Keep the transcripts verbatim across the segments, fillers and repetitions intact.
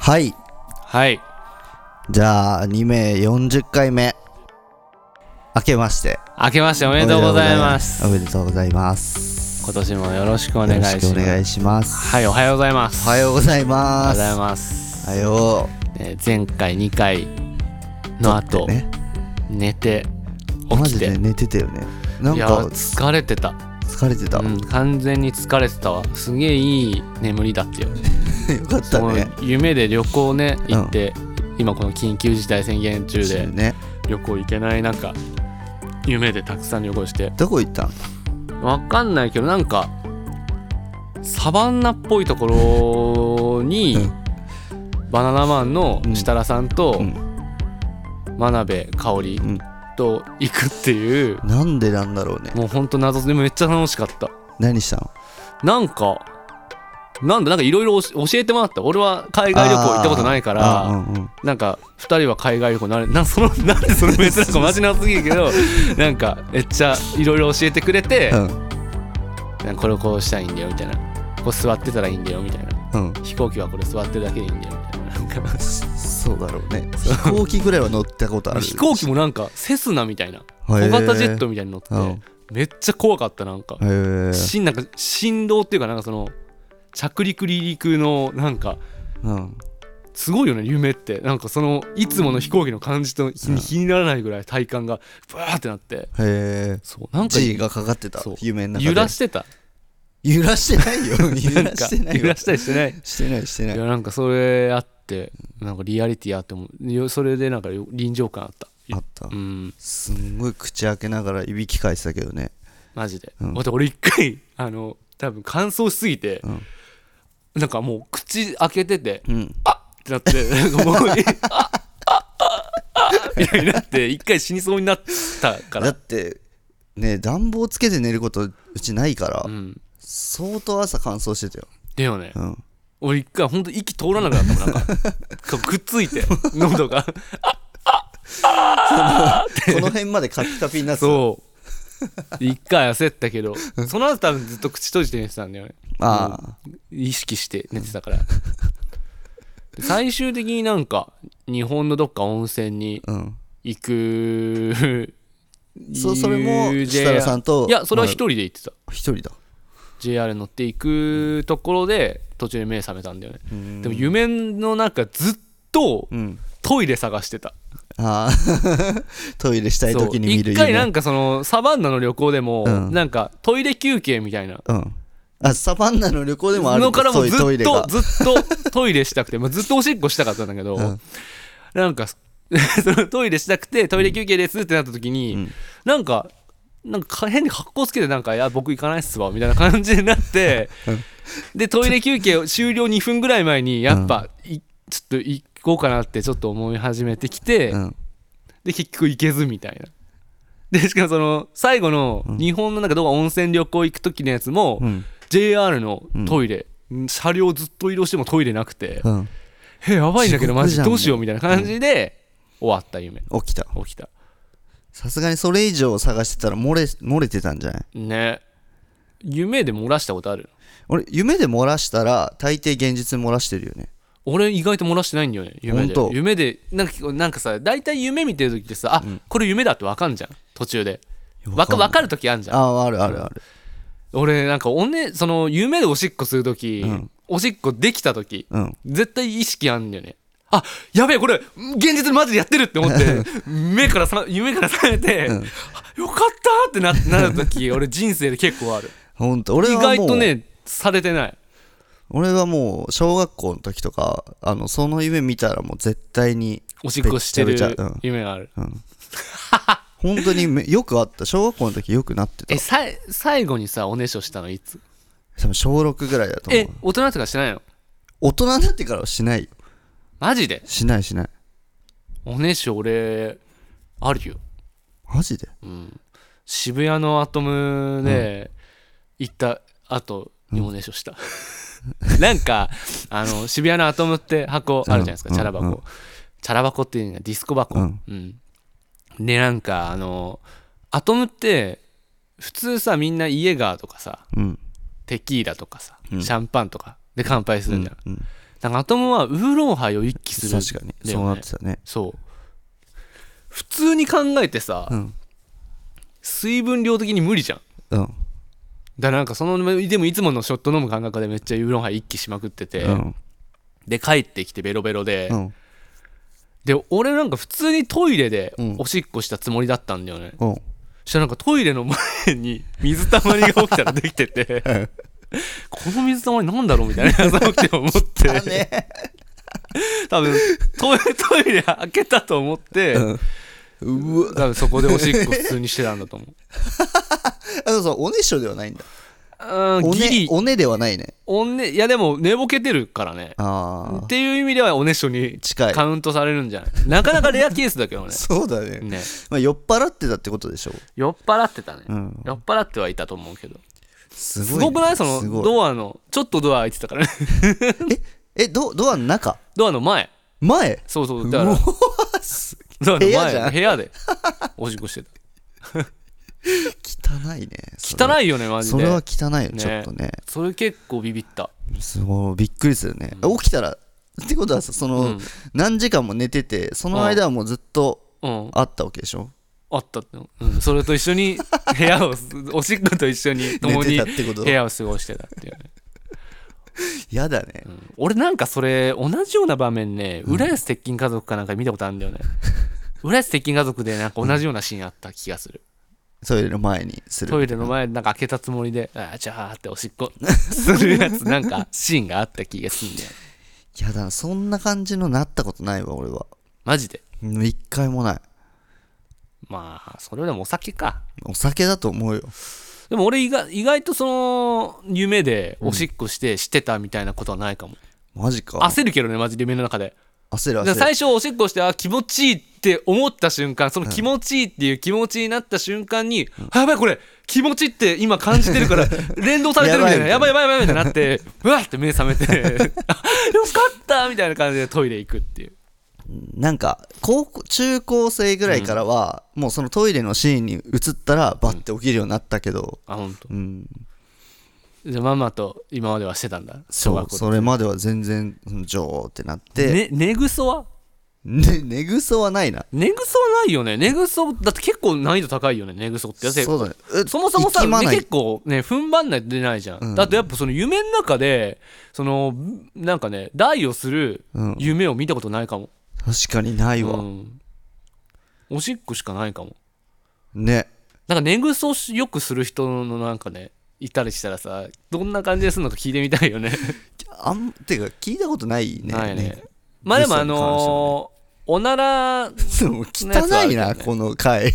はいはいじゃあに名よんじゅっかいめ明けまして明けましておめでとうございますおめでとうございます今年もよろしくお願いします。 よろしくお願いします。 はい、おはようございます。 おはようございます。 おはようございます。 おはよう、えー、前回にかいの後、ね、寝て起きてマジで寝てたよね。なんかいや疲れてた疲れてた、 うん、完全に疲れてたわ。すげえいい眠りだったよよかったね。 夢で旅行ね行って、うん、今この緊急事態宣言中で、ね、旅行行けない中夢でたくさん旅行して。 どこ行ったん？ わかんないけどなんかサバンナっぽいところに、うん、バナナマンの設楽さんと、うん、真鍋かおりと行くっていう、 うん、なんでなんだろうね。 もうほんと謎でめっちゃ楽しかった。 何したの？ なんかなんだなんかいろいろ教えてもらった。俺は海外旅行行ったことないから、うんうん、なんかふたりは海外旅行なれなそのなんでその珍しくマジなすぎるけどなんかめっちゃいろいろ教えてくれて、うん、なんかこれをこうしたらいいんだよみたいな、こう座ってたらいいんだよみたいな、うん、飛行機はこれ座ってるだけでいいんだよみたいな、なんかそうだろうね。飛行機ぐらいは乗ったことある。 飛行機もなんかセスナみたいな小型ジェットみたいに乗って、うん、めっちゃ怖かった。なんかしなんか振動っていうかなんかその着陸離陸のなんか、うん、すごいよね夢って。なんかそのいつもの飛行機の感じと比にならないぐらい体感がブワーってなって、へえ。そうなんか G がかかってた。夢の中で揺らしてた。 揺らしてないよ揺らしてないよ。 揺らしたりしてないしてないしてない。 いやなんかそれあってなんかリアリティあってもそれでなんか臨場感あったあった、うん、すんごい口開けながらいびきかいてたけどねマジで、うん、俺一回あの多分乾燥しすぎて、うんなんかもう口開けてて、うん、あっってなってなんかもうあっあっあっみたいになって一回死にそうになったから。 だってね暖房つけて寝ることうちないから、うん、相当朝乾燥してたよ。 だよね、うん、俺一回ほんと息通らなくなったもんなんかくっついて喉があっあっあっってこの辺までカピカピになってた。 そう一回焦ったけどその後多分ずっと口閉じて寝てたんだよね。あ意識して寝てたから最終的になんか日本のどっか温泉に行く、 うん、そ, それも設楽さんと。 いやそれは一人で行ってた。 一人だ。 ジェイアール 乗って行くところで途中で目覚めたんだよね。でも夢の中ずっとトイレ探してた、 うん、あトイレしたい時に見る夢。 一回なんかそのサバンナの旅行でも、うん、なんかトイレ休憩みたいな、うん、 あサバンナの旅行でもあるのからもずっとずっとトイレしたくて、まあ、ずっとおしっこしたかったんだけど、うん、なんかそのトイレしたくてトイレ休憩ですってなった時に、うん、なんかなんか変に格好つけてなんかいや僕行かないっすわみたいな感じになってでトイレ休憩終了にふんぐらい前にやっぱ、うん、ちょっと行こうかなってちょっと思い始めてきて、うん、で結局行けずみたいな。でしかもその最後の日本のなんかどこか温泉旅行行く時のやつも、うん、ジェイアール のトイレ、うん、車両ずっと移動してもトイレなくて、うん、えやばいんだけどマジどうしようみたいな感じで、うん、終わった夢。 起きた起きた。 さすがにそれ以上探してたら漏れ漏れてたんじゃないね。夢で漏らしたことある？ 俺夢で漏らしたら大抵現実に漏らしてるよね。 俺意外と漏らしてないんだよね夢で。夢でなんか、なんかさ大体夢見てる時ってさあ、うん、これ夢だって分かんじゃん途中で。分 か, 分かる時あるじゃん。 ああるあるある。 俺なんかお、ね、その夢でおしっこする時、うん、おしっこできた時、うん、絶対意識あるんだよね。あやべえこれ現実にマジでやってるって思って目からさ夢から覚めて、うん、よかったって な, なる時俺人生で結構ある。 ほんと俺はもう意外とねされてない。 俺はもう小学校の時とかあのその夢見たらもう絶対におしっこしてる夢がある、うんうん、 本当によくあった。小学校の時よくなってた。 えさ最後にさおねしょしたのいつ？ 多分小ろくぐらいだと思う。 え大人とかしてないの？ 大人になってからはしないよ。 マジで？ しないしない。 おねしょ俺あるよ。 マジで？ うん。渋谷のアトムで行った後におねしょした、うん、なんかあの渋谷のアトムって箱あるじゃないですか、うん、チャラ箱、うん、チャラ箱っていうのがディスコ箱、うんうん、でなんかあのアトムって普通さみんなイエガーとかさ、うん、テキーラとかさ、うん、シャンパンとかで乾杯するんだ、うんうん、 なんかアトムはウーロンハイを一気する、ね、 確かにそうなってたね。 そう普通に考えてさ、うん、水分量的に無理じゃん。うん。だからなんかそのでもいつものショット飲む感覚でめっちゃウーロンハイ一気しまくってて、うん、で帰ってきてベロベロで、うん、で俺なんか普通にトイレでおしっこしたつもりだったんだよね。うん、そしたらなんかトイレの前に水たまりが起きたらできてて、うん、この水たまりなんだろうみたいな朝起きて思ってね、多分トイレトイレ開けたと思って、うんうわ多分そこでおしっこ普通にしてたんだと思うあのさおねしょではないんだ。 あギリおねではないね。 おねいやでも寝ぼけてるからねあっていう意味ではおねしょに近いカウントされるんじゃないなかなかレアケースだけどねそうだ ね, ね、まあ、酔っ払ってたってことでしょ。 酔っ払ってたね、うん、酔っ払ってはいたと思うけどす ご, い、ね、すごくないそのドアのちょっとドア開いてたからねええ ド, ドアの中ドアの前前そうそうだから部屋じゃん部屋でおしっこしてた汚いね。 汚いよねマジで。 それは汚いよ、ね、ちょっとね。 それ結構ビビった。すごいびっくりするね、うん、起きたらってことはさその、うん、何時間も寝ててその間はもうずっとあったわけでしょ、うん、 あったって、うん、それと一緒に部屋をおしっこと一緒に共に部屋を過ごしてたっていうねやだね、 うん、俺なんかそれ同じような場面ね浦安鉄筋家族かなんか見たことあるんだよね浦安鉄筋家族でなんか同じようなシーンあった気がする、 うん、トイレの前にするトイレの前になんか開けたつもりであーじゃーっておしっこするやつなんかシーンがあった気がするんだよ。 やだそんな感じのなったことないわ俺は。 マジで一回もない。 まあそれでもお酒か。 お酒だと思うよ。 でも俺意外、意外とその夢でおしっこしてしてたみたいなことはないかも、 うん、マジか。 焦るけどねマジで夢の中で焦る焦る。 最初おしっこしてあ気持ちいいって思った瞬間その気持ちいいっていう気持ちになった瞬間に、うん、あやばいこれ気持ちいいって今感じてるから連動されてるみたいなやばいやばいやばいみたいになってうわって目覚めてよかったみたいな感じでトイレ行くっていう。 なんか高校中高生ぐらいからは、うん、もうそのトイレのシーンに移ったらバッて起きるようになったけど、 うん、あ本当、うん、じゃあママと今まではしてたんだ。 そうそれまでは全然ジョーってなって、 ね、寝ぐそはね、寝ぐそはないな。 寝ぐそはないよね。寝ぐそだって結構難易度高いよね寝ぐそって。 そうだね。 そもそもさ結構ね踏ん張んないと出ないじゃん、うん、だってやっぱその夢の中でそのなんかね大をする夢を見たことないかも、 うん、確かにないわ、うん、 おしっこしかないかもね。 なんか寝ぐそよくする人のなんかねいたりしたらさどんな感じでするのか聞いてみたいよねあんてか聞いたことないね。 ないね。まあでもあのーおならそう汚いな、ね、この回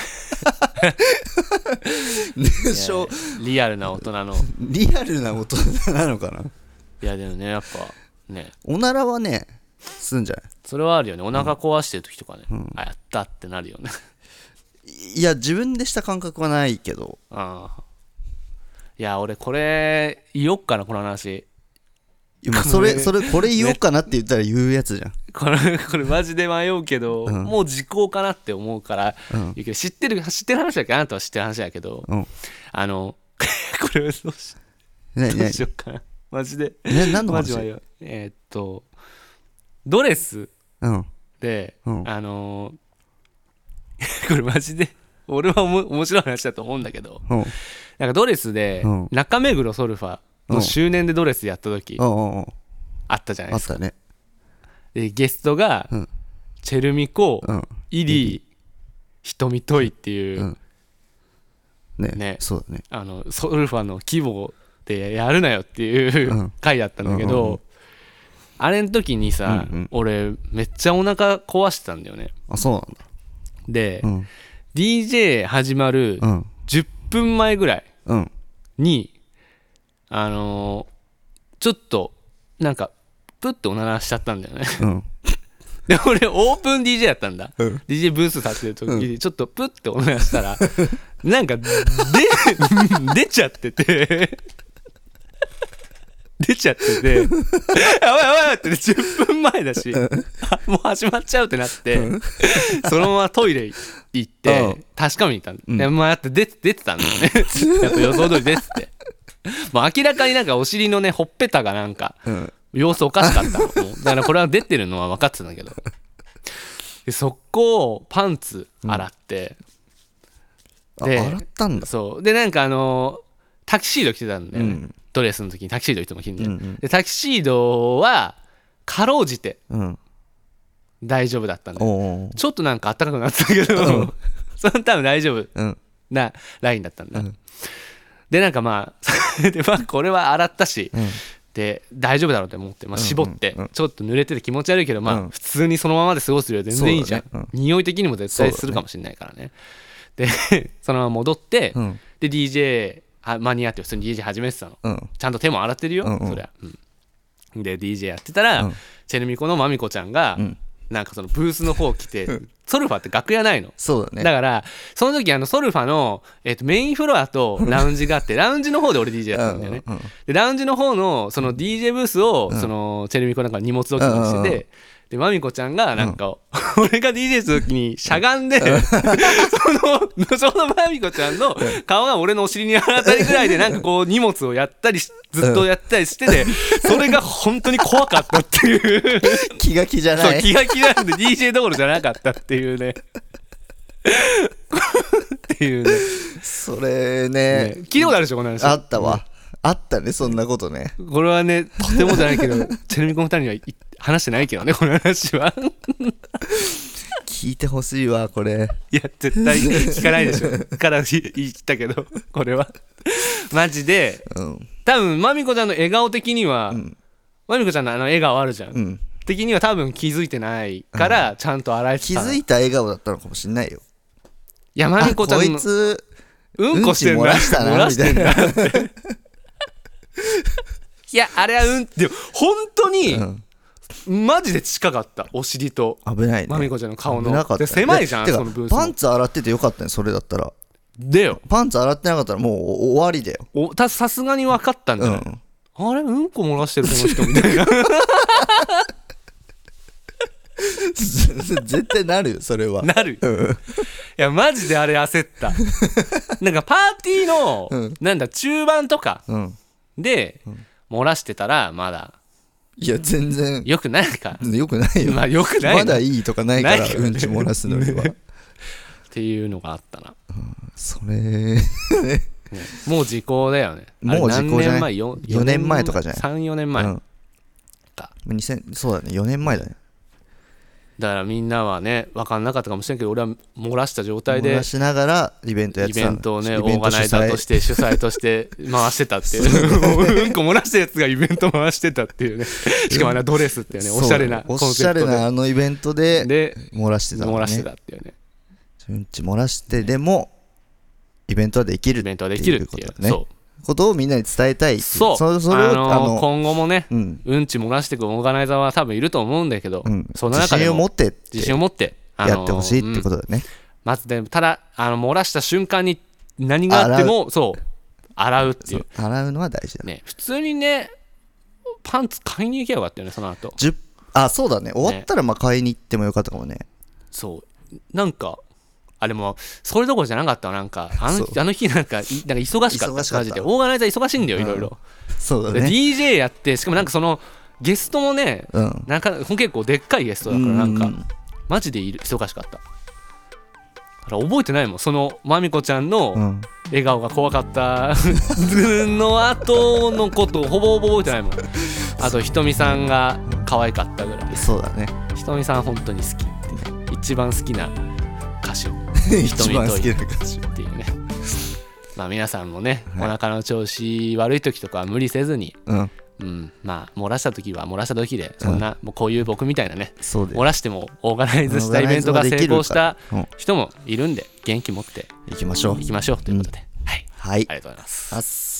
リアルな大人のリアルな大人なのかな。 いやでもねやっぱねおならはねすんじゃない。 それはあるよね。お腹壊してる時とかね、うん、あやったってなるよねいや自分でした感覚はないけど。ああいや俺これ言おっかなこの話。 今それそれこれ言おうかなって言ったら言うやつじゃんこれこれマジで迷うけど、うん、もう時効かなって思うから、うん、知ってる知ってる話だけどあなたは知ってる話だけど、うん、あのこれどうし、ね、どうしようかなマジで、 ね、何の話。 マジはえー、っとドレスで、うん、あのこれマジで俺はおも面白い話だと思うんだけど、うん、なんかドレスで、うん、中目黒ソルファの周年でドレスやった時、うん、あったじゃないですか。あったね。でゲストが、うん、チェルミコ、うん、イリー、瞳トイっていう、うん、 ね, ねそうだね。 あのソルファの規模でやるなよっていう、うん、回だったんだけど、うんうん、あれの時にさ、うんうん、俺めっちゃお腹壊してたんだよね。 あそうなんだ。 で、うん、ディージェー 始まるじゅっぷんまえぐらいに、うん、あのー、ちょっとなんかプッとおならしちゃったんだよね、うん、で俺オープン ディージェー やったんだ、うん、ディージェー ブース立ってる時にちょっとプッておならしたら、うん、なんかで出ちゃってて出ちゃっててやばいやばいってじゅっぷんまえだしもう始まっちゃうってなってそのままトイレ行って確かめに行ったんだ、うん、でまあやって出て、出てたんだよねやっぱ予想通り出ててもう明らかになんかお尻のねほっぺたがなんか、うん、 様子おかしかったもうだからこれは出てるのは分かってたんだけどで速攻パンツ洗って、 うん、 で洗ったんだ。 そうでなんかあのタキシード着てたんだよね、うん、ドレスの時にタキシードいつも着んで、うんうん、でタキシードはかろうじて大丈夫だったんだよ、うん、ちょっとなんかあったかくなってたけど、うん、その多分大丈夫なラインだったんだ、うん、でなんかまあで、まあ、これは洗ったし、うん、で大丈夫だろうと思って、まあ、絞って、うんうんうん、ちょっと濡れてて気持ち悪いけど、まあ、うん、普通にそのままで過ごすよりは全然いいじゃん、ねうん、匂い的にも絶対するかもしれないからね。でそのまま戻って、うん、で ディージェー 間に合って普通に ディージェー 始めてたの、うん、ちゃんと手も洗ってるよ、うんうん、そりゃ、うん、で ディージェー やってたら、うん、チェルミコのマミコちゃんが、うん、なんかそのブースの方来てソルファって楽屋ないの。 そうだね。 だからその時あのソルファの、えー、とメインフロアとラウンジがあってラウンジの方で俺 ディージェー やったんだよね、うんうんうん、でラウンジの方のその ディージェー ブースを、うん、そのチェルミコなんか荷物置きにしてて、うんうんうん、でマミコちゃんがなんか、うん、俺が ディージェー する時にしゃがんで、うん、そのそのマミコちゃんの顔が俺のお尻に当たりぐらいでなんかこう荷物をやったりずっとやったりしてて、うん、それが本当に怖かったっていう気が気じゃない。 そう気が気なんで ディージェー どころじゃなかったっていうねっていうね。 それ ね, ね聞いたことあるでしょこの話。 あったわ、うん、あったねそんなことね。 これはねとてもじゃないけどチェルミコのふたりには話してないけどねこの話は聞いてほしいわこれ。 いや絶対聞かないでしょから言ったけどこれはマジで、うん、多分マミコちゃんの笑顔的には、うん、マミコちゃんのあの笑顔あるじゃん、うん、的には多分気づいてないからちゃんと洗えてた、 気づいた笑顔だったのかもしれないよ。 いやマミコちゃんのこいつうんこしてんだ、 漏らしたなみたいないやあれはうんって本当に、うん、マジで近かったお尻と危ないねマミコちゃんの顔の危なかった、ね、 で狭いじゃんそのブースも。 パンツ洗っててよかったねそれだったら。 でよパンツ洗ってなかったらもう終わりだよ。 おたさすがに分かったんじゃない、うん、あれうんこ漏らしてるこの人みたいな絶対なるよそれは。 なる、うん、いやマジであれ焦ったなんかパーティーの、うん、なんだ中盤とかで、うん、漏らしてたらまだいや全然よくないかよくないよ、 まあ、よくないまだいいとかないからうんち漏らすのにはっていうのがあったな、 うん、それもう時効だよね。 もう時効じゃない。 よねんまえとかじゃない。 さん、よねんまえ、うん、 かにせんそうだねよねんまえだね。 だからみんなはね分かんなかったかもしれんけど俺は漏らした状態で漏らしながらイベントやってた。 イベントをねオーガナイザーとして主催として回してたっていううんこ漏らしたやつがイベント回してたっていうね。しかもあのドレスっていうねおしゃれなコンセプトでおしゃれなあのイベントで漏らしてた、 ね、漏らしてたっていうね。 うんち漏らしてでもイベントはできるっていうことだね。そうことをみんなに伝えたいっていう。 そう、そ, それを、あのー、あの今後もね、うん、うんち漏らしていくオーガナイザーは多分いると思うんだけど、うん、その中でも自信を持って自信を持ってやってほしいってことだね、うん、 まずでただあの漏らした瞬間に何があってもそう洗うっていう、 洗うのは大事だね。普通にねパンツ買いに行けばよかったよねその後。 あそうだね終わったらまあ買いに行ってもよかったかもね。 そうなんかあれもそれどころじゃなかったわ。なんかあ の, あの日なんかなんか忙しかった忙しかったマジでオーガナイザー忙しいんだよいろいろ。 そうだね。 ディージェー やってしかもなんかそのゲストもね、うん、なんか結構でっかいゲストだからなんかマジで忙しかった。だから覚えてないもんそのまみこちゃんの笑顔が怖かったの後のことほぼほぼ覚えてないもん。あとひとみさんが可愛かったぐらい。 そうだね。 ひとみさん本当に好きってね一番好きな歌手一番好きな歌手っていうね。まあ皆さんもね、はい、お腹の調子悪い時とかは無理せずに、うんうん、まあ漏らした時は漏らした時でそんな、うん、もうこういう僕みたいなね漏らしてもオーガナイズしたイベントが成功した人もいるんで元気持っていきましょういきましょうということで、うん、はい、 はい、 ありがとうございます。